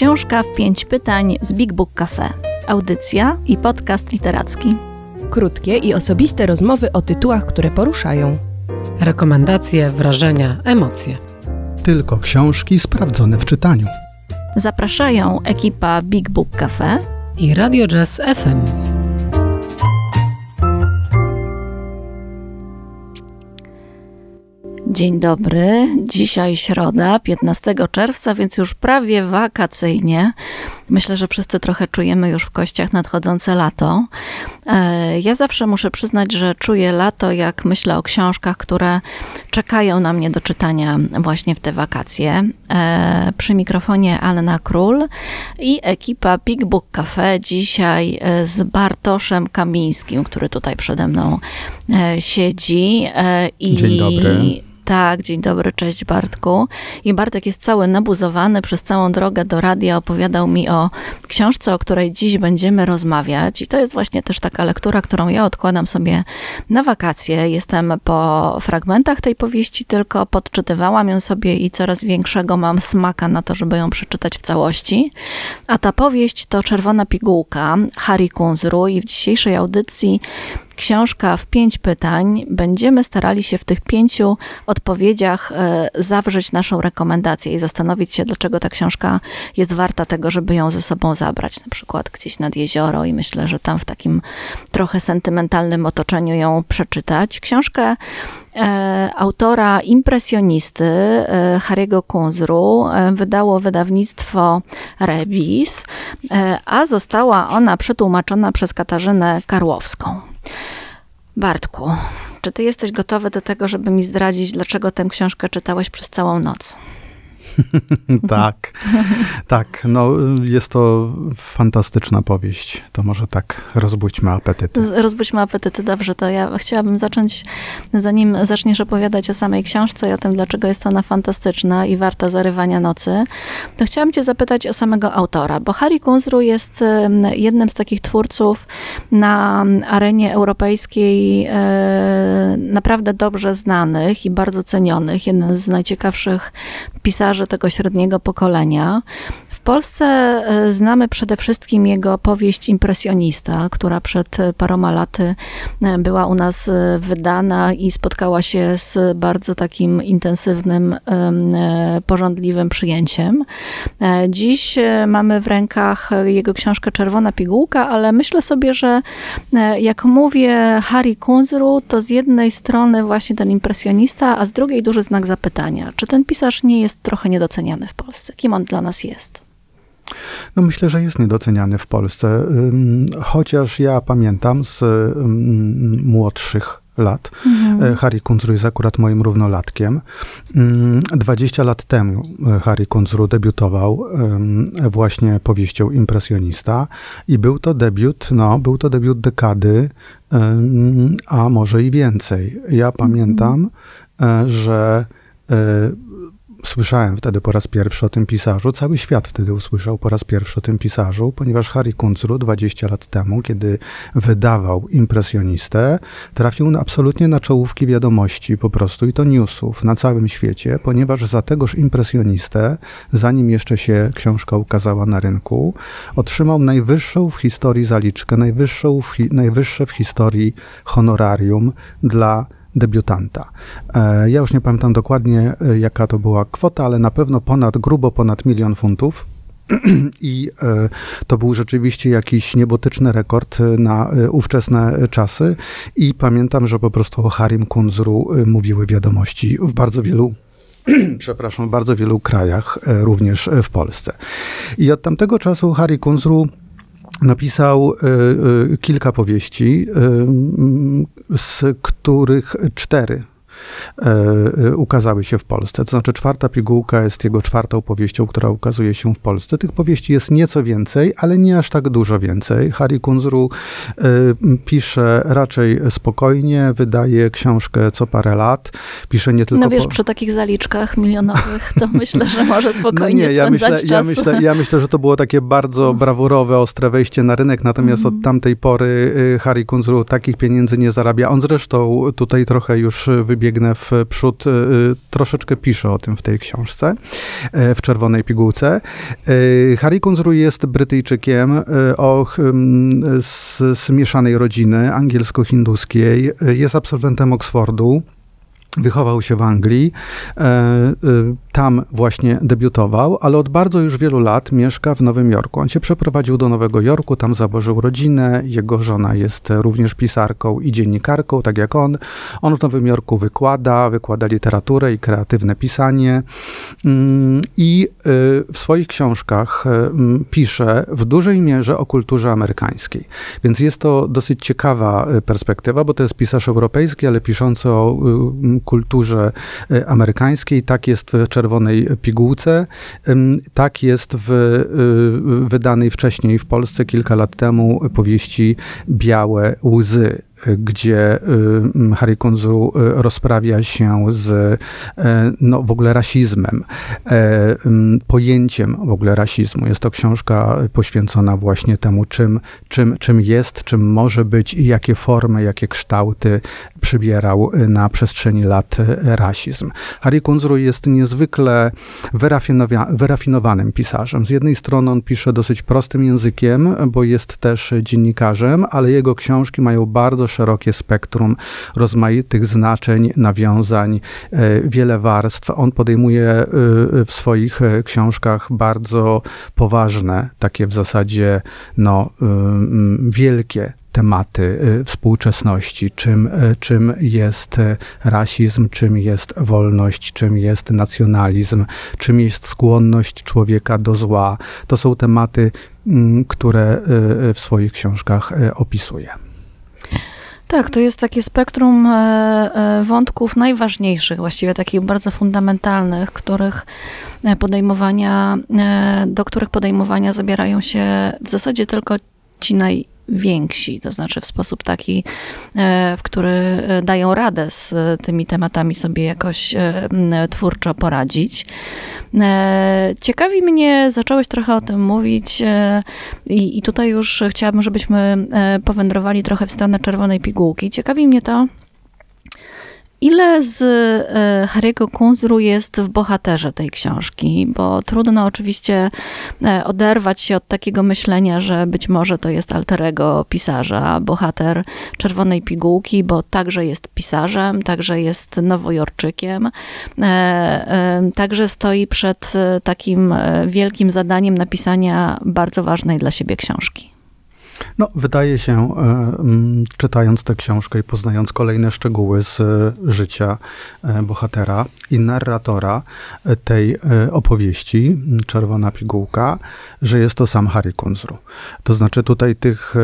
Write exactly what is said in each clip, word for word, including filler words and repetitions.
Książka w pięć pytań z Big Book Cafe. Audycja i podcast literacki. Krótkie i osobiste rozmowy o tytułach, które poruszają. Rekomendacje, wrażenia, emocje. Tylko książki sprawdzone w czytaniu. Zapraszają ekipa Big Book Cafe i Radio Jazz F M. Dzień dobry. Dzisiaj środa, piętnastego czerwca, więc już prawie wakacyjnie. Myślę, że wszyscy trochę czujemy już w kościach nadchodzące lato. Ja zawsze muszę przyznać, że czuję lato, jak myślę o książkach, które czekają na mnie do czytania właśnie w te wakacje. Przy mikrofonie Anna Król i ekipa Big Book Cafe dzisiaj z Bartoszem Kamińskim, który tutaj przede mną siedzi. I Dzień dobry. Tak, dzień dobry, cześć Bartku. I Bartek jest cały nabuzowany, przez całą drogę do radia opowiadał mi o książce, o której dziś będziemy rozmawiać. I to jest właśnie też taka lektura, którą ja odkładam sobie na wakacje. Jestem po fragmentach tej powieści, tylko podczytywałam ją sobie i coraz większego mam smaka na to, żeby ją przeczytać w całości. A ta powieść to Czerwona pigułka Harry Kunzru i w dzisiejszej audycji Książka w pięć pytań. Będziemy starali się w tych pięciu odpowiedziach zawrzeć naszą rekomendację i zastanowić się, dlaczego ta książka jest warta tego, żeby ją ze sobą zabrać, na przykład gdzieś nad jezioro i myślę, że tam w takim trochę sentymentalnym otoczeniu ją przeczytać. Książkę e, autora impresjonisty e, Harry'ego Kunzru e, wydało wydawnictwo Rebis, e, a została ona przetłumaczona przez Katarzynę Karłowską. Bartku, czy ty jesteś gotowy do tego, żeby mi zdradzić, dlaczego tę książkę czytałeś przez całą noc? Tak, tak. No, jest to fantastyczna powieść. To może tak rozbudźmy apetyty. Rozbudźmy apetyty, dobrze. To ja chciałabym zacząć, zanim zaczniesz opowiadać o samej książce i o tym, dlaczego jest ona fantastyczna i warta zarywania nocy, to chciałam cię zapytać o samego autora, bo Harry Kunzru jest jednym z takich twórców na arenie europejskiej naprawdę dobrze znanych i bardzo cenionych. Jeden z najciekawszych pisarzy tego średniego pokolenia. W Polsce znamy przede wszystkim jego powieść Impresjonista, która przed paroma laty była u nas wydana i spotkała się z bardzo takim intensywnym, pożądliwym przyjęciem. Dziś mamy w rękach jego książkę Czerwona pigułka, ale myślę sobie, że jak mówię Harry Kunzru, to z jednej strony właśnie ten impresjonista, a z drugiej duży znak zapytania. Czy ten pisarz nie jest trochę niedoceniany w Polsce? Kim on dla nas jest? No myślę, że jest niedoceniany w Polsce, chociaż ja pamiętam z młodszych lat. Mhm. Harry Kunzru jest akurat moim równolatkiem. dwadzieścia lat temu Harry Kunzru debiutował właśnie powieścią Impresjonista i był to debiut, no, był to debiut dekady, a może i więcej. Ja mhm. pamiętam, że słyszałem wtedy po raz pierwszy o tym pisarzu, cały świat wtedy usłyszał po raz pierwszy o tym pisarzu, ponieważ Harry Kunzru dwadzieścia lat temu, kiedy wydawał Impresjonistę, trafił absolutnie na czołówki wiadomości po prostu i to newsów na całym świecie, ponieważ za tegoż Impresjonistę, zanim jeszcze się książka ukazała na rynku, otrzymał najwyższą w historii zaliczkę, najwyższą w hi- najwyższe w historii honorarium dla debiutanta. Ja już nie pamiętam dokładnie, jaka to była kwota, ale na pewno ponad, grubo ponad milion funtów. I to był rzeczywiście jakiś niebotyczny rekord na ówczesne czasy. I pamiętam, że po prostu o Harrym Kunzru mówiły wiadomości w bardzo wielu przepraszam, w bardzo wielu krajach, również w Polsce. I od tamtego czasu Harry Kunzru napisał y, y, kilka powieści, y, z których cztery ukazały się w Polsce. To znaczy czwarta pigułka jest jego czwartą powieścią, która ukazuje się w Polsce. Tych powieści jest nieco więcej, ale nie aż tak dużo więcej. Harry Kunzru y, pisze raczej spokojnie, wydaje książkę co parę lat. Pisze nie tylko... No wiesz, po... przy takich zaliczkach milionowych to myślę, że może spokojnie no nie, ja spędzać myślę, czas. Ja myślę, ja myślę, że to było takie bardzo brawurowe, ostre wejście na rynek, natomiast mm. od tamtej pory Harry Kunzru takich pieniędzy nie zarabia. On zresztą tutaj trochę już wybija biegnę w przód, troszeczkę piszę o tym w tej książce, w Czerwonej pigułce. Harry Kunzru jest Brytyjczykiem o, z, z mieszanej rodziny angielsko-hinduskiej. Jest absolwentem Oksfordu. Wychował się w Anglii, tam właśnie debiutował, ale od bardzo już wielu lat mieszka w Nowym Jorku. On się przeprowadził do Nowego Jorku, tam założył rodzinę, jego żona jest również pisarką i dziennikarką, tak jak on. On w Nowym Jorku wykłada, wykłada literaturę i kreatywne pisanie i w swoich książkach pisze w dużej mierze o kulturze amerykańskiej. Więc jest to dosyć ciekawa perspektywa, bo to jest pisarz europejski, ale piszący o kulturze amerykańskiej. Tak jest w Czerwonej pigułce. Tak jest w wydanej wcześniej w Polsce kilka lat temu powieści Białe łzy, gdzie Harry Kunzru rozprawia się z no, w ogóle rasizmem, pojęciem w ogóle rasizmu. Jest to książka poświęcona właśnie temu, czym, czym, czym jest, czym może być i jakie formy, jakie kształty przybierał na przestrzeni lat rasizm. Harry Kunzru jest niezwykle wyrafinowa- wyrafinowanym pisarzem. Z jednej strony on pisze dosyć prostym językiem, bo jest też dziennikarzem, ale jego książki mają bardzo szerokie spektrum rozmaitych znaczeń, nawiązań, wiele warstw. On podejmuje w swoich książkach bardzo poważne, takie w zasadzie no, wielkie tematy współczesności, czym, czym jest rasizm, czym jest wolność, czym jest nacjonalizm, czym jest skłonność człowieka do zła. To są tematy, które w swoich książkach opisuje. Tak, to jest takie spektrum wątków najważniejszych, właściwie takich bardzo fundamentalnych, których podejmowania, do których podejmowania zabierają się w zasadzie tylko ci najwięksi, to znaczy w sposób taki, w który dają radę z tymi tematami sobie jakoś twórczo poradzić. Ciekawi mnie, zacząłeś trochę o tym mówić i, i tutaj już chciałabym, żebyśmy powędrowali trochę w stronę Czerwonej pigułki. Ciekawi mnie to, ile z Harry'ego Kunzru jest w bohaterze tej książki, bo trudno oczywiście oderwać się od takiego myślenia, że być może to jest alter ego pisarza, bohater Czerwonej pigułki, bo także jest pisarzem, także jest nowojorczykiem, także stoi przed takim wielkim zadaniem napisania bardzo ważnej dla siebie książki. No, wydaje się, czytając tę książkę i poznając kolejne szczegóły z życia bohatera i narratora tej opowieści, Czerwona pigułka, że jest to sam Harry Kunzru. To znaczy tutaj tych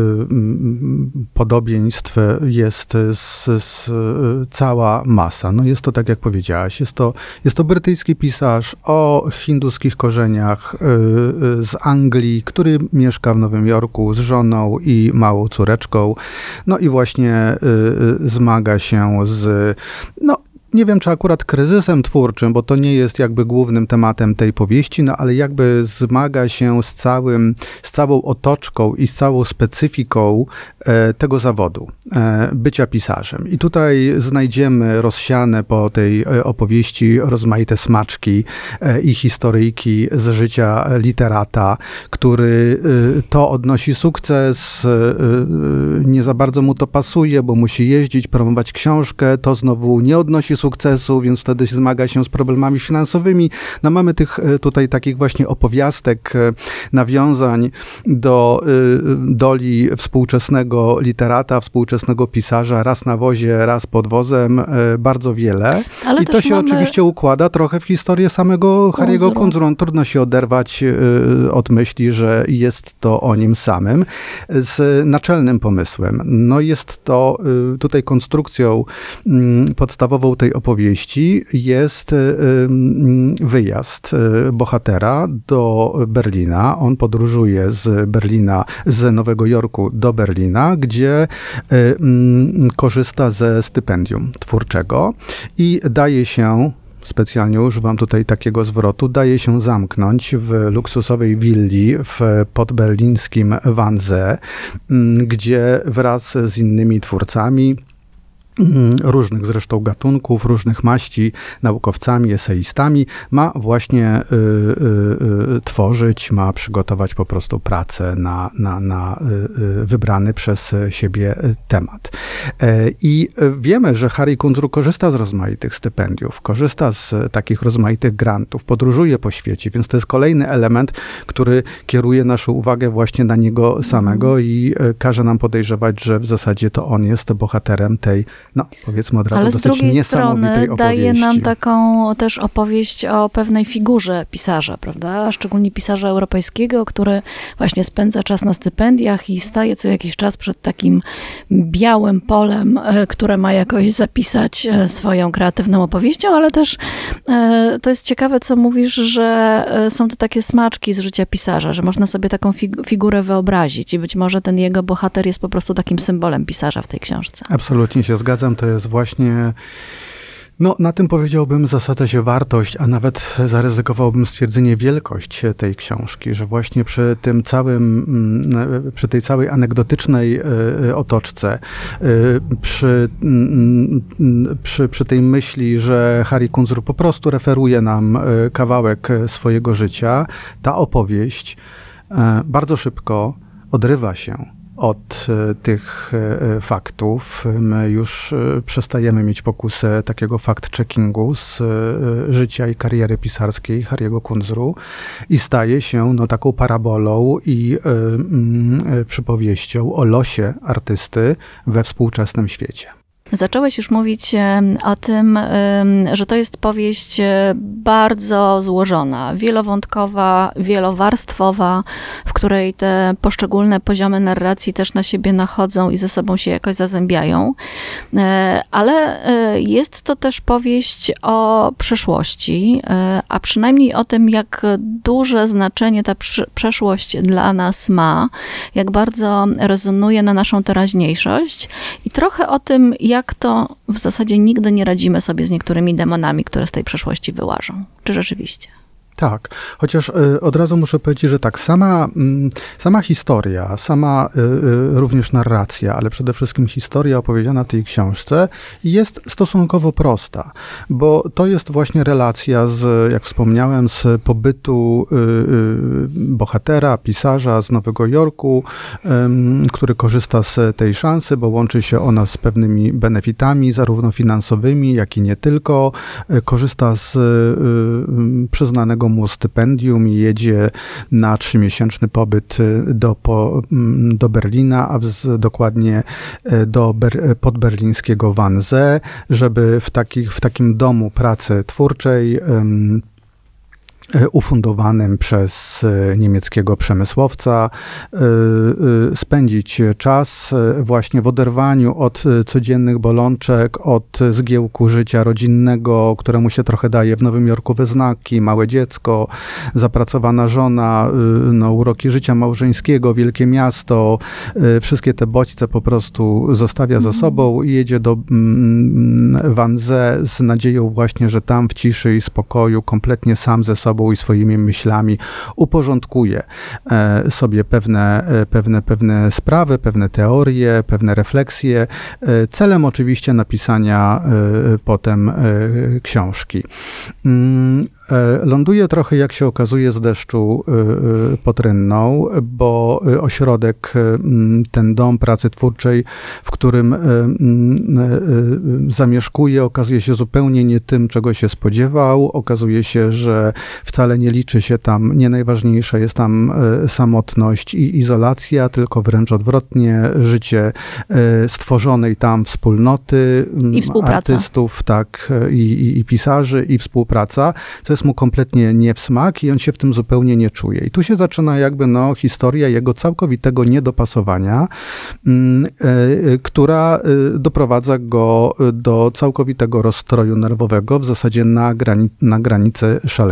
podobieństw jest z, z cała masa. No jest to, tak jak powiedziałaś, jest to, jest to brytyjski pisarz o hinduskich korzeniach z Anglii, który mieszka w Nowym Jorku z żoną i małą córeczką. No i właśnie y, zmaga się z, no nie wiem, czy akurat kryzysem twórczym, bo to nie jest jakby głównym tematem tej powieści, no ale jakby zmaga się z całym, z całą otoczką i z całą specyfiką e, tego zawodu, e, bycia pisarzem. I tutaj znajdziemy rozsiane po tej opowieści rozmaite smaczki e, i historyjki z życia literata, który e, to odnosi sukces, e, nie za bardzo mu to pasuje, bo musi jeździć, promować książkę, to znowu nie odnosi sukcesu, więc wtedy się zmaga się z problemami finansowymi. No mamy tych tutaj takich właśnie opowiastek, nawiązań do doli współczesnego literata, współczesnego pisarza, raz na wozie, raz pod wozem, bardzo wiele. Ale I to się mamy... oczywiście układa trochę w historię samego Harry'ego Kunzru. Trudno się oderwać od myśli, że jest to o nim samym, z naczelnym pomysłem. No jest to tutaj konstrukcją podstawową tej opowieści jest wyjazd bohatera do Berlina. On podróżuje z Berlina, z Nowego Jorku do Berlina, gdzie korzysta ze stypendium twórczego i daje się, specjalnie używam tutaj takiego zwrotu, daje się zamknąć w luksusowej willi w podberlińskim Wannsee, gdzie wraz z innymi twórcami różnych zresztą gatunków, różnych maści, naukowcami, eseistami, ma właśnie y, y, y, tworzyć, ma przygotować po prostu pracę na, na, na y, y, wybrany przez siebie temat. Y, I wiemy, że Harry Kunzru korzysta z rozmaitych stypendiów, korzysta z takich rozmaitych grantów, podróżuje po świecie, więc to jest kolejny element, który kieruje naszą uwagę właśnie na niego samego mm. i y, każe nam podejrzewać, że w zasadzie to on jest bohaterem tej, no powiedzmy od razu, ale z dosyć drugiej niesamowitej strony opowieści. daje nam taką też opowieść o pewnej figurze pisarza, prawda? Szczególnie pisarza europejskiego, który właśnie spędza czas na stypendiach i staje co jakiś czas przed takim białym polem, które ma jakoś zapisać swoją kreatywną opowieścią, ale też to jest ciekawe, co mówisz, że są to takie smaczki z życia pisarza, że można sobie taką fig- figurę wyobrazić i być może ten jego bohater jest po prostu takim symbolem pisarza w tej książce. Absolutnie się zgadzam. To jest właśnie, no na tym powiedziałbym zasadza się wartość, a nawet zaryzykowałbym stwierdzenie wielkość tej książki, że właśnie przy tym całym, przy tej całej anegdotycznej otoczce, przy, przy, przy tej myśli, że Harry Kunzru po prostu referuje nam kawałek swojego życia, ta opowieść bardzo szybko odrywa się od tych faktów. My już przestajemy mieć pokusę takiego fact-checkingu z życia i kariery pisarskiej Harry'ego Kunzru i staje się no, taką parabolą i y, y, przypowieścią o losie artysty we współczesnym świecie. Zacząłeś już mówić o tym, że to jest powieść bardzo złożona, wielowątkowa, wielowarstwowa, w której te poszczególne poziomy narracji też na siebie nachodzą i ze sobą się jakoś zazębiają. Ale jest to też powieść o przeszłości, a przynajmniej o tym, jak duże znaczenie ta przeszłość dla nas ma, jak bardzo rezonuje na naszą teraźniejszość i trochę o tym, jak jak to w zasadzie nigdy nie radzimy sobie z niektórymi demonami, które z tej przeszłości wyłażą. Czy rzeczywiście? Tak, chociaż y, od razu muszę powiedzieć, że tak, sama, y, sama historia, sama y, y, również narracja, ale przede wszystkim historia opowiedziana w tej książce jest stosunkowo prosta, bo to jest właśnie relacja z, jak wspomniałem, z pobytu y, y, bohatera, pisarza z Nowego Jorku, y, który korzysta z tej szansy, bo łączy się ona z pewnymi benefitami, zarówno finansowymi, jak i nie tylko. Y, korzysta z y, y, przyznanego mu stypendium i jedzie na trzymiesięczny pobyt do, po, do Berlina, a z, dokładnie do ber, podberlińskiego Wannsee, żeby w, takich, w takim domu pracy twórczej um, ufundowanym przez niemieckiego przemysłowca, spędzić czas właśnie w oderwaniu od codziennych bolączek, od zgiełku życia rodzinnego, któremu się trochę daje w Nowym Jorku we znaki, małe dziecko, zapracowana żona, no, uroki życia małżeńskiego, wielkie miasto, wszystkie te bodźce po prostu zostawia za sobą i jedzie do Wannsee z nadzieją właśnie, że tam w ciszy i spokoju, kompletnie sam ze sobą i swoimi myślami uporządkuje sobie pewne, pewne, pewne sprawy, pewne teorie, pewne refleksje, celem oczywiście napisania potem książki. Ląduje trochę, jak się okazuje, z deszczu pod Rynną, bo ośrodek, ten dom pracy twórczej, w którym zamieszkuje, okazuje się zupełnie nie tym, czego się spodziewał. Okazuje się, że wcale nie liczy się tam, nie najważniejsza jest tam samotność i izolacja, tylko wręcz odwrotnie, życie stworzonej tam wspólnoty I współpraca. artystów, tak, i, i, i pisarzy, i współpraca, co jest mu kompletnie nie w smak i on się w tym zupełnie nie czuje. I tu się zaczyna jakby no, historia jego całkowitego niedopasowania, y, która y, doprowadza go do całkowitego rozstroju nerwowego, w zasadzie na, grani- na granicy szaleństwa.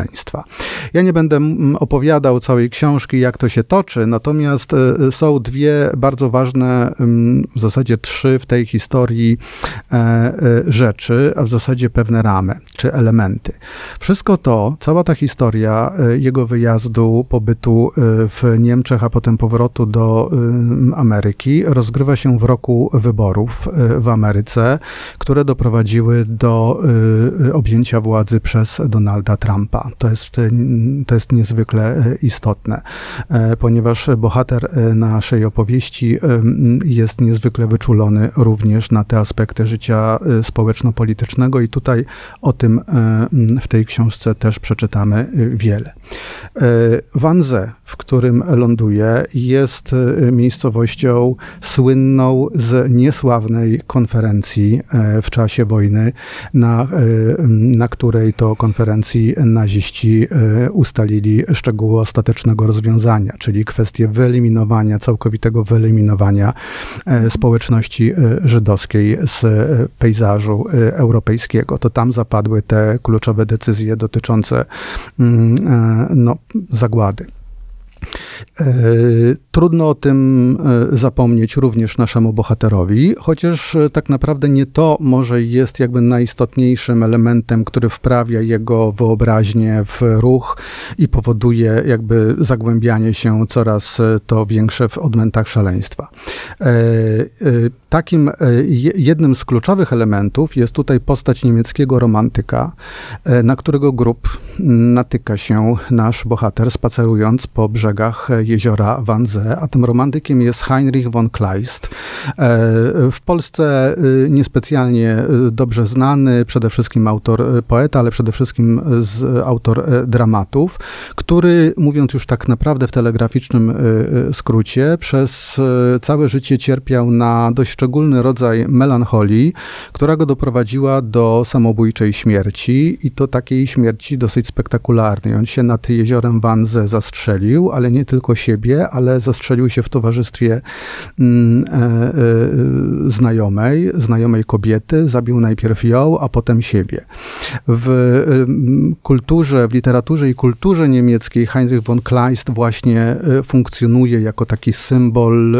Ja nie będę opowiadał całej książki, jak to się toczy, natomiast są dwie bardzo ważne, w zasadzie trzy w tej historii rzeczy, a w zasadzie pewne ramy czy elementy. Wszystko to, cała ta historia jego wyjazdu, pobytu w Niemczech, a potem powrotu do Ameryki, rozgrywa się w roku wyborów w Ameryce, które doprowadziły do objęcia władzy przez Donalda Trumpa. To jest, to jest niezwykle istotne, ponieważ bohater naszej opowieści jest niezwykle wyczulony również na te aspekty życia społeczno-politycznego i tutaj o tym w tej książce też przeczytamy wiele. Wannsee, w którym ląduje, jest miejscowością słynną z niesławnej konferencji w czasie wojny, na, na której to konferencji naziści ustalili szczegóły ostatecznego rozwiązania, czyli kwestię wyeliminowania, całkowitego wyeliminowania społeczności żydowskiej z pejzażu europejskiego. To tam zapadły te kluczowe decyzje dotyczące no, zagłady. Trudno o tym zapomnieć również naszemu bohaterowi, chociaż tak naprawdę nie to może jest jakby najistotniejszym elementem, który wprawia jego wyobraźnię w ruch i powoduje jakby zagłębianie się coraz to większe w odmętach szaleństwa. Takim jednym z kluczowych elementów jest tutaj postać niemieckiego romantyka, na którego grób natyka się nasz bohater, spacerując po brzegach jeziora Wannsee, a tym romantykiem jest Heinrich von Kleist. W Polsce niespecjalnie dobrze znany, przede wszystkim autor poeta, ale przede wszystkim z, autor dramatów, który, mówiąc już tak naprawdę w telegraficznym skrócie, przez całe życie cierpiał na dość szczególny rodzaj melancholii, która go doprowadziła do samobójczej śmierci i to takiej śmierci dosyć spektakularnej. On się nad jeziorem Wannsee zastrzelił, ale nie tylko siebie, ale zastrzelił się w towarzystwie mm, e, e, znajomej, znajomej kobiety, zabił najpierw ją, a potem siebie. W e, kulturze, w literaturze i kulturze niemieckiej Heinrich von Kleist właśnie e, funkcjonuje jako taki symbol e,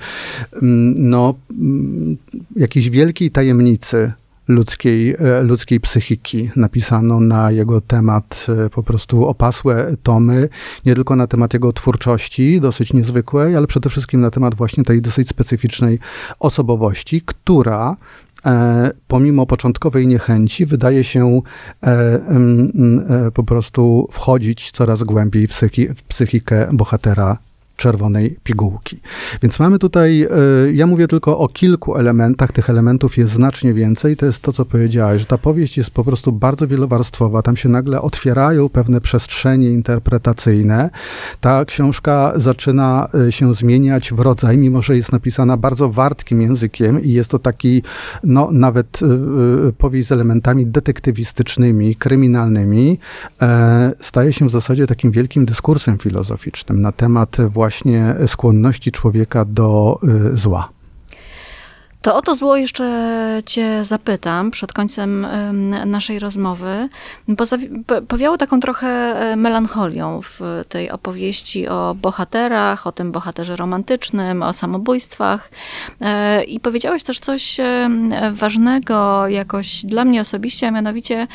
no, jakiejś wielkiej tajemnicy ludzkiej, ludzkiej psychiki. Napisano na jego temat po prostu opasłe tomy, nie tylko na temat jego twórczości, dosyć niezwykłej, ale przede wszystkim na temat właśnie tej dosyć specyficznej osobowości, która e, pomimo początkowej niechęci wydaje się e, e, po prostu wchodzić coraz głębiej w, psychi, w psychikę bohatera czerwonej pigułki. Więc mamy tutaj, ja mówię tylko o kilku elementach, tych elementów jest znacznie więcej, to jest to, co powiedziałeś, że ta powieść jest po prostu bardzo wielowarstwowa, tam się nagle otwierają pewne przestrzenie interpretacyjne, ta książka zaczyna się zmieniać w rodzaj, mimo że jest napisana bardzo wartkim językiem i jest to taki, no nawet powieść z elementami detektywistycznymi, kryminalnymi, staje się w zasadzie takim wielkim dyskursem filozoficznym na temat właśnie właśnie skłonności człowieka do y, zła. To o to zło jeszcze cię zapytam przed końcem naszej rozmowy, bo powiało taką trochę melancholią w tej opowieści o bohaterach, o tym bohaterze romantycznym, o samobójstwach. I powiedziałeś też coś ważnego jakoś dla mnie osobiście, a mianowicie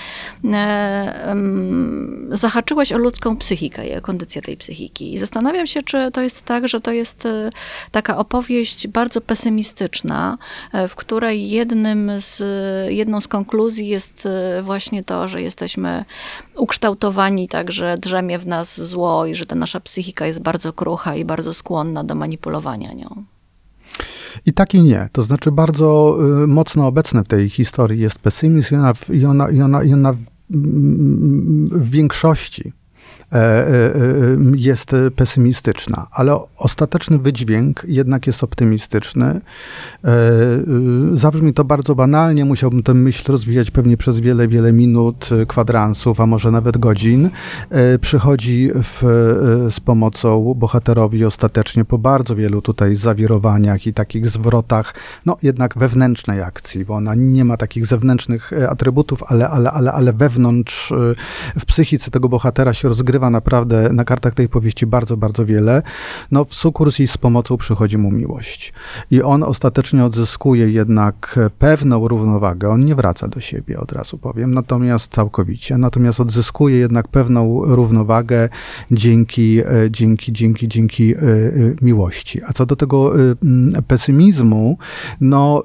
zahaczyłeś o ludzką psychikę i o kondycję tej psychiki. I zastanawiam się, czy to jest tak, że to jest taka opowieść bardzo pesymistyczna, w której jednym z, jedną z konkluzji jest właśnie to, że jesteśmy ukształtowani tak, że drzemie w nas zło i że ta nasza psychika jest bardzo krucha i bardzo skłonna do manipulowania nią. I tak i nie. To znaczy bardzo y, mocno obecne w tej historii jest pesymizm i ona, i ona, i ona, i ona w, w większości jest pesymistyczna, ale ostateczny wydźwięk jednak jest optymistyczny. Zabrzmi to bardzo banalnie, musiałbym tę myśl rozwijać pewnie przez wiele, wiele minut, kwadransów, a może nawet godzin. Przychodzi w, z pomocą bohaterowi ostatecznie po bardzo wielu tutaj zawirowaniach i takich zwrotach, no jednak wewnętrznej akcji, bo ona nie ma takich zewnętrznych atrybutów, ale, ale, ale, ale wewnątrz, w psychice tego bohatera się rozgrywa naprawdę na kartach tej powieści bardzo, bardzo wiele. No w sukurs i z pomocą przychodzi mu miłość. I on ostatecznie odzyskuje jednak pewną równowagę. On nie wraca do siebie, od razu powiem, natomiast całkowicie. Natomiast odzyskuje jednak pewną równowagę dzięki, dzięki, dzięki, dzięki miłości. A co do tego pesymizmu, no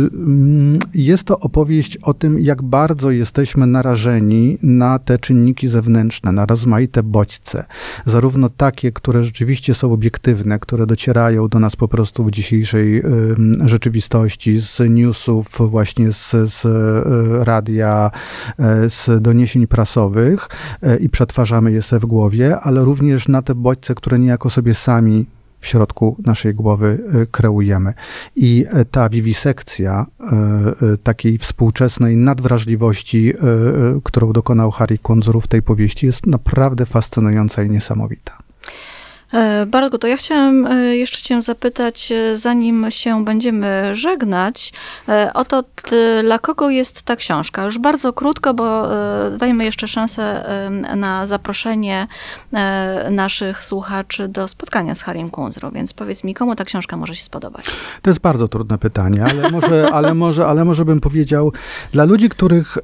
jest to opowieść o tym, jak bardzo jesteśmy narażeni na te czynniki zewnętrzne, na rozmaite bodźce. Zarówno takie, które rzeczywiście są obiektywne, które docierają do nas po prostu w dzisiejszej y, rzeczywistości, z newsów, właśnie z, z y, radia, y, z doniesień prasowych y, i przetwarzamy je sobie w głowie, ale również na te bodźce, które niejako sobie sami w środku naszej głowy y, kreujemy. I y, ta wiwisekcja y, y, takiej współczesnej nadwrażliwości, y, y, którą dokonał Harry Kunzru w tej powieści, jest naprawdę fascynująca i niesamowita. Bartku, to ja chciałam jeszcze cię zapytać, zanim się będziemy żegnać, o to, dla kogo jest ta książka. Już bardzo krótko, bo dajmy jeszcze szansę na zaproszenie naszych słuchaczy do spotkania z Harrym Kunzru, więc powiedz mi, komu ta książka może się spodobać? To jest bardzo trudne pytanie, ale może, ale może, ale może bym powiedział, dla ludzi, których,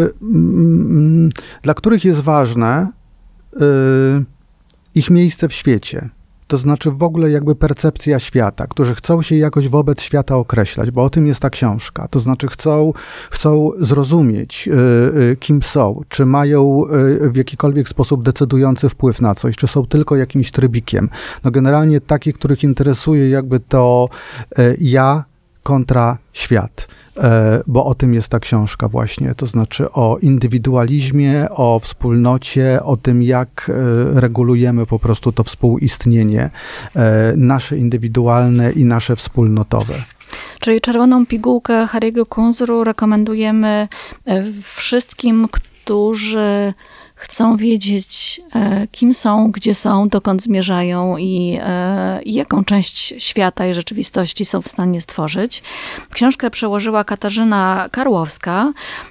yy, dla których jest ważne, yy, ich miejsce w świecie, to znaczy w ogóle jakby percepcja świata, którzy chcą się jakoś wobec świata określać, bo o tym jest ta książka, to znaczy chcą, chcą zrozumieć, y, y, kim są, czy mają y, w jakikolwiek sposób decydujący wpływ na coś, czy są tylko jakimś trybikiem. No generalnie takich, których interesuje jakby to y, ja kontra świat. Bo o tym jest ta książka właśnie, to znaczy o indywidualizmie, o wspólnocie, o tym, jak regulujemy po prostu to współistnienie nasze indywidualne i nasze wspólnotowe. Czyli Czerwoną pigułkę Harry'ego Kunzru rekomendujemy wszystkim, którzy chcą wiedzieć, kim są, gdzie są, dokąd zmierzają i, i jaką część świata i rzeczywistości są w stanie stworzyć. Książkę przełożyła Katarzyna Karłowska,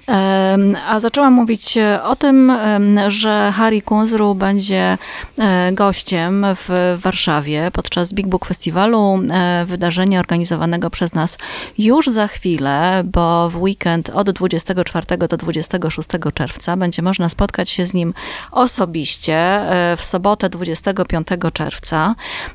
a zaczęła mówić o tym, że Harry Kunzru będzie gościem w Warszawie podczas Big Book Festiwalu, wydarzenia organizowanego przez nas już za chwilę, bo w weekend od dwudziestego czwartego do dwudziestego szóstego czerwca będzie można spotkać się z nim osobiście w sobotę dwudziestego piątego czerwca,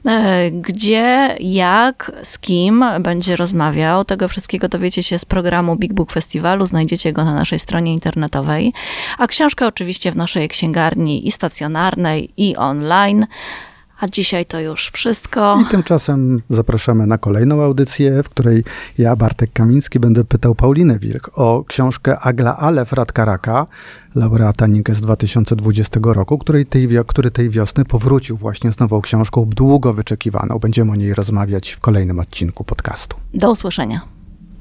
gdzie, jak, z kim będzie rozmawiał. Tego wszystkiego dowiecie się z programu Big Book Festiwalu, znajdziecie go na naszej stronie internetowej, a książkę oczywiście w naszej księgarni i stacjonarnej, i online. A dzisiaj to już wszystko. I tymczasem zapraszamy na kolejną audycję, w której ja, Bartek Kamiński, będę pytał Paulinę Wilk o książkę Agla Alef Radka Raka, laureata Nikę z dwa tysiące dwudziestego roku, który tej, który tej wiosny powrócił właśnie z nową książką, długo wyczekiwaną. Będziemy o niej rozmawiać w kolejnym odcinku podcastu. Do usłyszenia.